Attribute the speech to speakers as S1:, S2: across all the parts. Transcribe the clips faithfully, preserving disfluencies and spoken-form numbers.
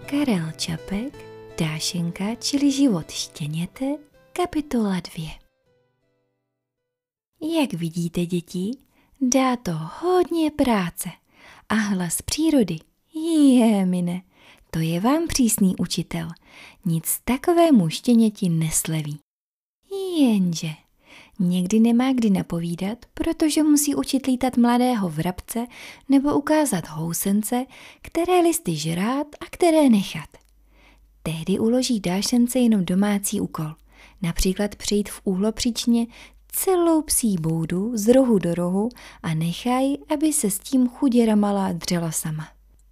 S1: Karel Čapek, Dášenka, čili život štěněte, kapitola dvě. Jak vidíte, děti, dá to hodně práce a hlas přírody, je mine, to je vám přísný učitel, nic takovému štěněti nesleví. Jenže někdy nemá kdy napovídat, protože musí učit lítat mladého vrabce nebo ukázat housence, které listy žrát a které nechat. Tehdy uloží Dášence jenom domácí úkol, například přejít v úhlopříčně celou psí boudu z rohu do rohu a nechají, aby se s tím chuděra malá dřela sama.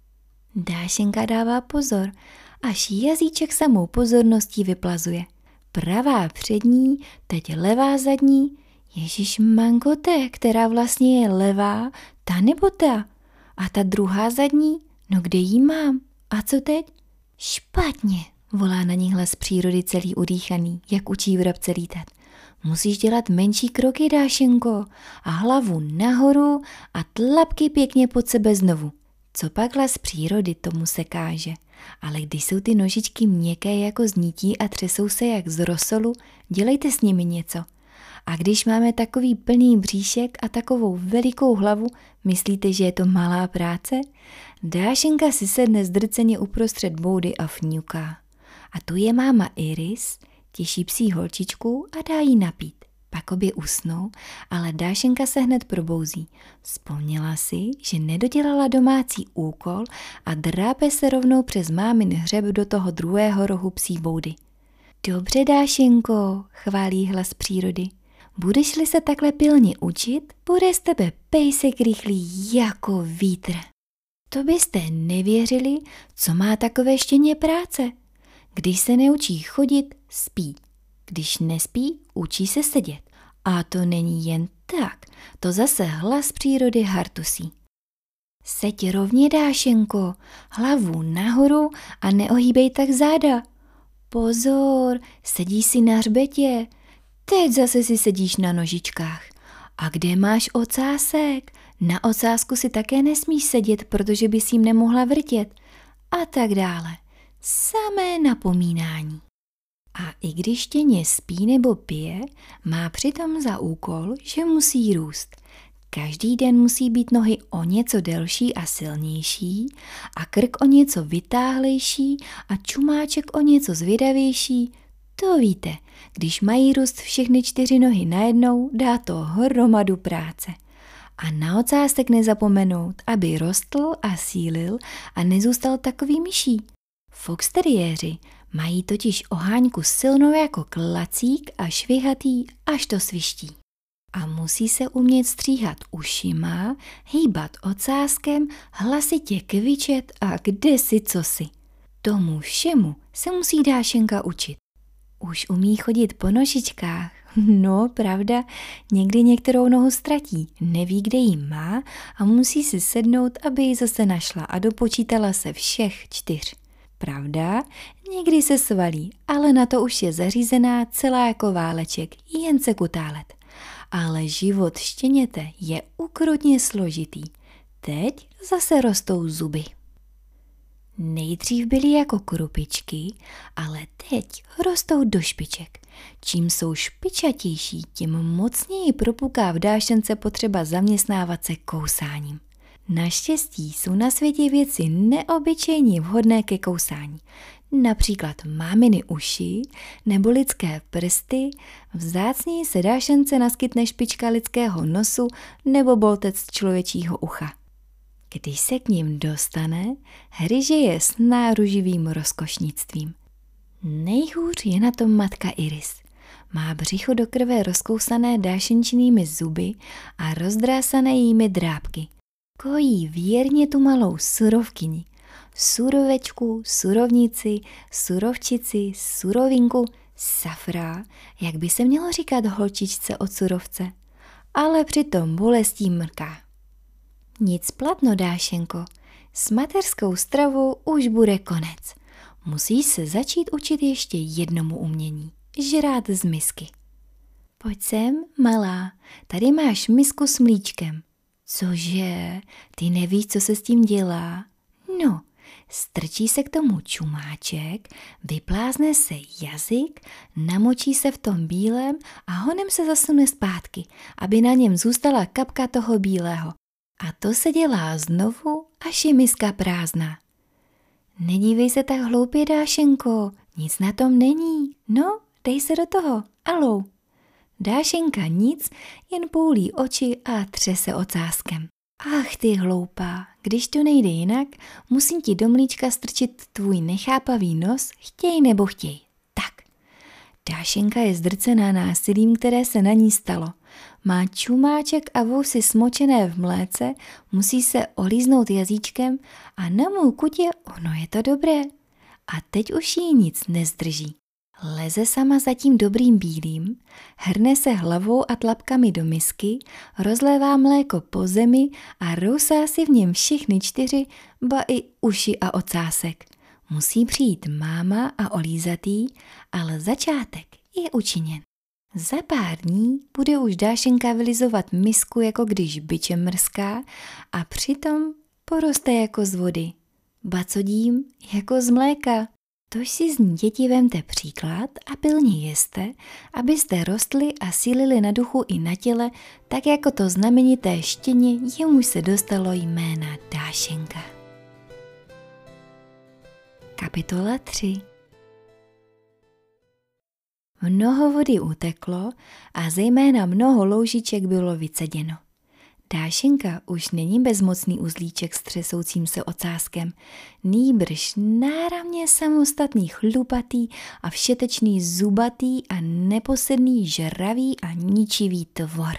S1: Dášenka dává pozor, až jazyček samou pozorností vyplazuje. Pravá přední, teď levá zadní, ježišmankote, která vlastně je levá, ta nebo ta? A ta druhá zadní, no kde jí mám? A co teď? Špatně, volá na ní hlas přírody celý udýchaný, jak učí vrabce lítat. Musíš dělat menší kroky, Dášenko, a hlavu nahoru a tlapky pěkně pod sebe znovu. Co pak hlas přírody tomu se káže. Ale když jsou ty nožičky měkké jako z nití a třesou se jak z rosolu, dělejte s nimi něco. A když máme takový plný bříšek a takovou velikou hlavu, myslíte, že je to malá práce? Dášenka si sedne zdrceně uprostřed boudy a fňuká. A tu je máma Iris, těší psí holčičku a dá jí napít. Pak obě usnou, ale Dášenka se hned probouzí. Vzpomněla si, že nedodělala domácí úkol a drápe se rovnou přes mámin hřeb do toho druhého rohu psí boudy. Dobře, Dášenko, chválí hlas přírody. Budeš-li se takhle pilně učit, bude z tebe pejsek rychlý jako vítr. To byste nevěřili, co má takové štěně práce. Když se neučí chodit, spí. Když nespí, učí se sedět. A to není jen tak, to zase hlas přírody hartusí. Seď rovně, Dášenko, hlavu nahoru a neohýbej tak záda. Pozor, sedíš si na hřbetě, teď zase si sedíš na nožičkách. A kde máš ocásek? Na ocásku si také nesmíš sedět, protože bys jim nemohla vrtět. A tak dále. Samé napomínání. A i když štěně spí nebo pije, má přitom za úkol, že musí růst. Každý den musí být nohy o něco delší a silnější a krk o něco vytáhlejší a čumáček o něco zvědavější. To víte, když mají růst všechny čtyři nohy najednou, dá to hromadu práce. A na ocásek nezapomenout, aby rostl a sílil a nezůstal takový myší. Foxteriéři mají totiž oháňku silnou jako klacík a švihatý, až to sviští. A musí se umět stříhat ušima, hýbat ocáskem, hlasitě kvičet a kdesi cosi. Tomu všemu se musí Dášenka učit. Už umí chodit po nožičkách. No, pravda, někdy některou nohu ztratí, neví, kde ji má a musí si sednout, aby ji zase našla a dopočítala se všech čtyř. Pravda, někdy se svalí, ale na to už je zařízená celá jako váleček, jen se kutálet. Ale život štěněte je ukrutně složitý. Teď zase rostou zuby. Nejdřív byly jako krupičky, ale teď rostou do špiček. Čím jsou špičatější, tím mocněji propuká v Dášence potřeba zaměstnávat se kousáním. Naštěstí jsou na světě věci neobyčejně vhodné ke kousání. Například máminy uši nebo lidské prsty, vzácněji se Dášence naskytne špička lidského nosu nebo boltec člověčího ucha. Když se k ním dostane, hryže je s náruživým rozkošnictvím. Nejhůř je na tom matka Iris. Má břicho do krve rozkousané Dášenčinými zuby a rozdrásané jími drápky. Kojí věrně tu malou surovkyni. Surovečku, surovnici, surovčici, surovinku, safrá, jak by se mělo říkat holčičce od surovce. Ale přitom bolestí mrká. Nic platno, Dášenko, s mateřskou stravou už bude konec. Musíš se začít učit ještě jednomu umění, žrát z misky. Pojď sem, malá, tady máš misku s mlíčkem. Cože, ty nevíš, co se s tím dělá? No, strčí se k tomu čumáček, vyplázne se jazyk, namočí se v tom bílém a honem se zasune zpátky, aby na něm zůstala kapka toho bílého. A to se dělá znovu, až je miska prázdná. Nedívej se tak hloupě, Dášenko, nic na tom není. No, dej se do toho, alou. Dášenka nic, jen poulí oči a třese ocáskem. Ach ty hloupá, když to nejde jinak, musím ti do mlíčka strčit tvůj nechápavý nos, chtěj nebo chtěj. Tak. Dášenka je zdrcená násilím, které se na ní stalo. Má čumáček a vousy smočené v mléce, musí se olíznout jazyčkem a na mou kutě ono je to dobré. A teď už jí nic nezdrží. Leze sama za tím dobrým bílým, hrne se hlavou a tlapkami do misky, rozlévá mléko po zemi a rousá si v něm všechny čtyři, ba i uši a ocásek. Musí přijít máma a olízat jí, ale začátek je učiněn. Za pár dní bude už Dášenka vylizovat misku, jako když bičem mrská, a přitom poroste jako z vody. Ba co dím, jako z mléka. Tož si z ní děti vemte příklad a pilně jeste, abyste rostli a sílili na duchu i na těle, tak jako to znamenité štěně, jemuž se dostalo jména Dášenka. Kapitola tři. Mnoho vody uteklo a zejména mnoho loužiček bylo vyceděno. Dášenka už není bezmocný uzlíček s třesoucím se ocáskem, nýbrž náramně samostatný chlupatý a všetečný zubatý a neposedný žravý a ničivý tvor.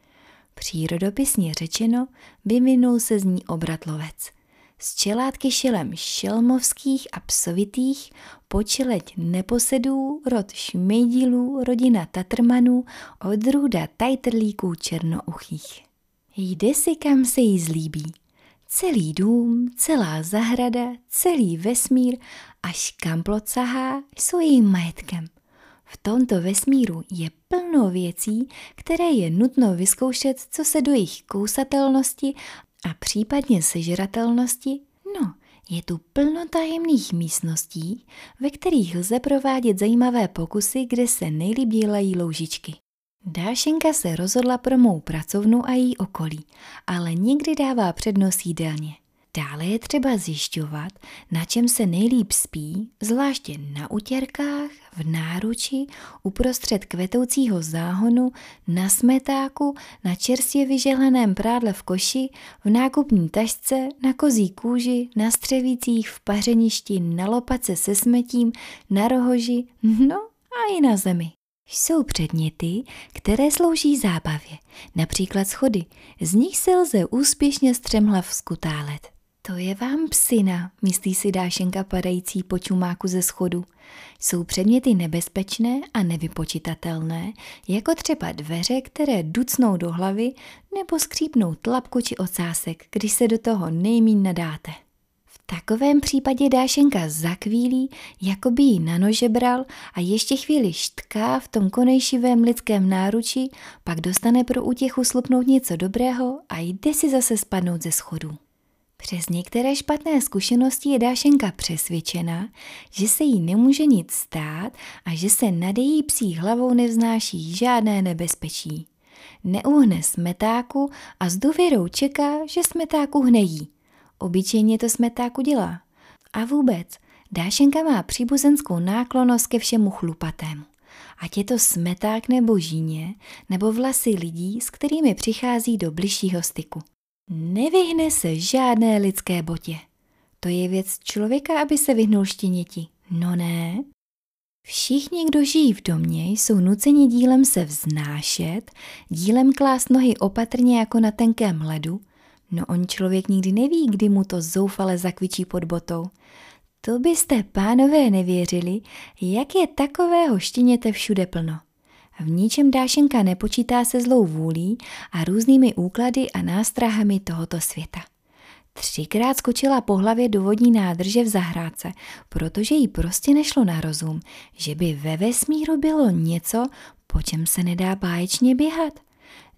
S1: Přírodopisně řečeno, vyvinul se z ní obratlovec. Z čelátky šelem šelmovských a psovitých, počeleť neposedů, rod šmejdilů, rodina tatrmanů, odrůda tajtrlíků černouchých. Jde si, kam se jí zlíbí. Celý dům, celá zahrada, celý vesmír, až kam plot sahá, jsou jejím majetkem. V tomto vesmíru je plno věcí, které je nutno vyzkoušet, co se do jejich kousatelnosti a případně sežratelnosti, no, je tu plno tajemných místností, ve kterých lze provádět zajímavé pokusy, kde se nejlíp dělají loužičky. Dášenka se rozhodla pro mou pracovnu a její okolí, ale někdy dává přednost jídelně. Dále je třeba zjišťovat, na čem se nejlíp spí, zvláště na utěrkách, v náruči, uprostřed kvetoucího záhonu, na smetáku, na čerstvě vyžehleném prádle v koši, v nákupní tašce, na kozí kůži, na střevících, v pařeništi, na lopace se smetím, na rohoži, no a i na zemi. Jsou předměty, které slouží zábavě, například schody, z nich se lze úspěšně střemhlav skutálet. To je vám psina, myslí si Dášenka padající po čumáku ze schodu. Jsou předměty nebezpečné a nevypočitatelné, jako třeba dveře, které ducnou do hlavy nebo skřípnou tlapku či ocásek, když se do toho nejmíň nadáte. V takovém případě Dášenka zakvílí, jako by jí na nože bral a ještě chvíli štká v tom konejšivém lidském náručí, pak dostane pro útěchu slupnout něco dobrého a jde si zase spadnout ze schodů. Přes některé špatné zkušenosti je Dášenka přesvědčena, že se jí nemůže nic stát a že se nad její psí hlavou nevznáší žádné nebezpečí. Neuhne smetáku a s důvěrou čeká, že smetáku hnejí. Obyčejně to smetáku dělá. A vůbec, Dášenka má příbuzenskou náklonnost ke všemu chlupatému. Ať je to smeták nebo žíně, nebo vlasy lidí, s kterými přichází do bližšího styku. Nevyhne se žádné lidské botě. To je věc člověka, aby se vyhnul štěněti. No ne. Všichni, kdo žijí v domě, jsou nuceni dílem se vznášet, dílem klást nohy opatrně jako na tenkém ledu. No on člověk nikdy neví, kdy mu to zoufale zakvičí pod botou. To byste, pánové, nevěřili, jak je takového štěněte všude plno. V ničem Dášenka nepočítá se zlou vůlí a různými úklady a nástrahami tohoto světa. Třikrát skočila po hlavě do vodní nádrže v zahrádce, protože jí prostě nešlo na rozum, že by ve vesmíru bylo něco, po čem se nedá báječně běhat.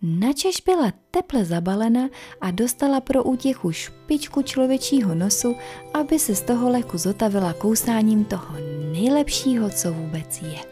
S1: načež byla teple zabalena a dostala pro útěchu špičku člověčího nosu, aby se z toho lehku zotavila kousáním toho nejlepšího, co vůbec je.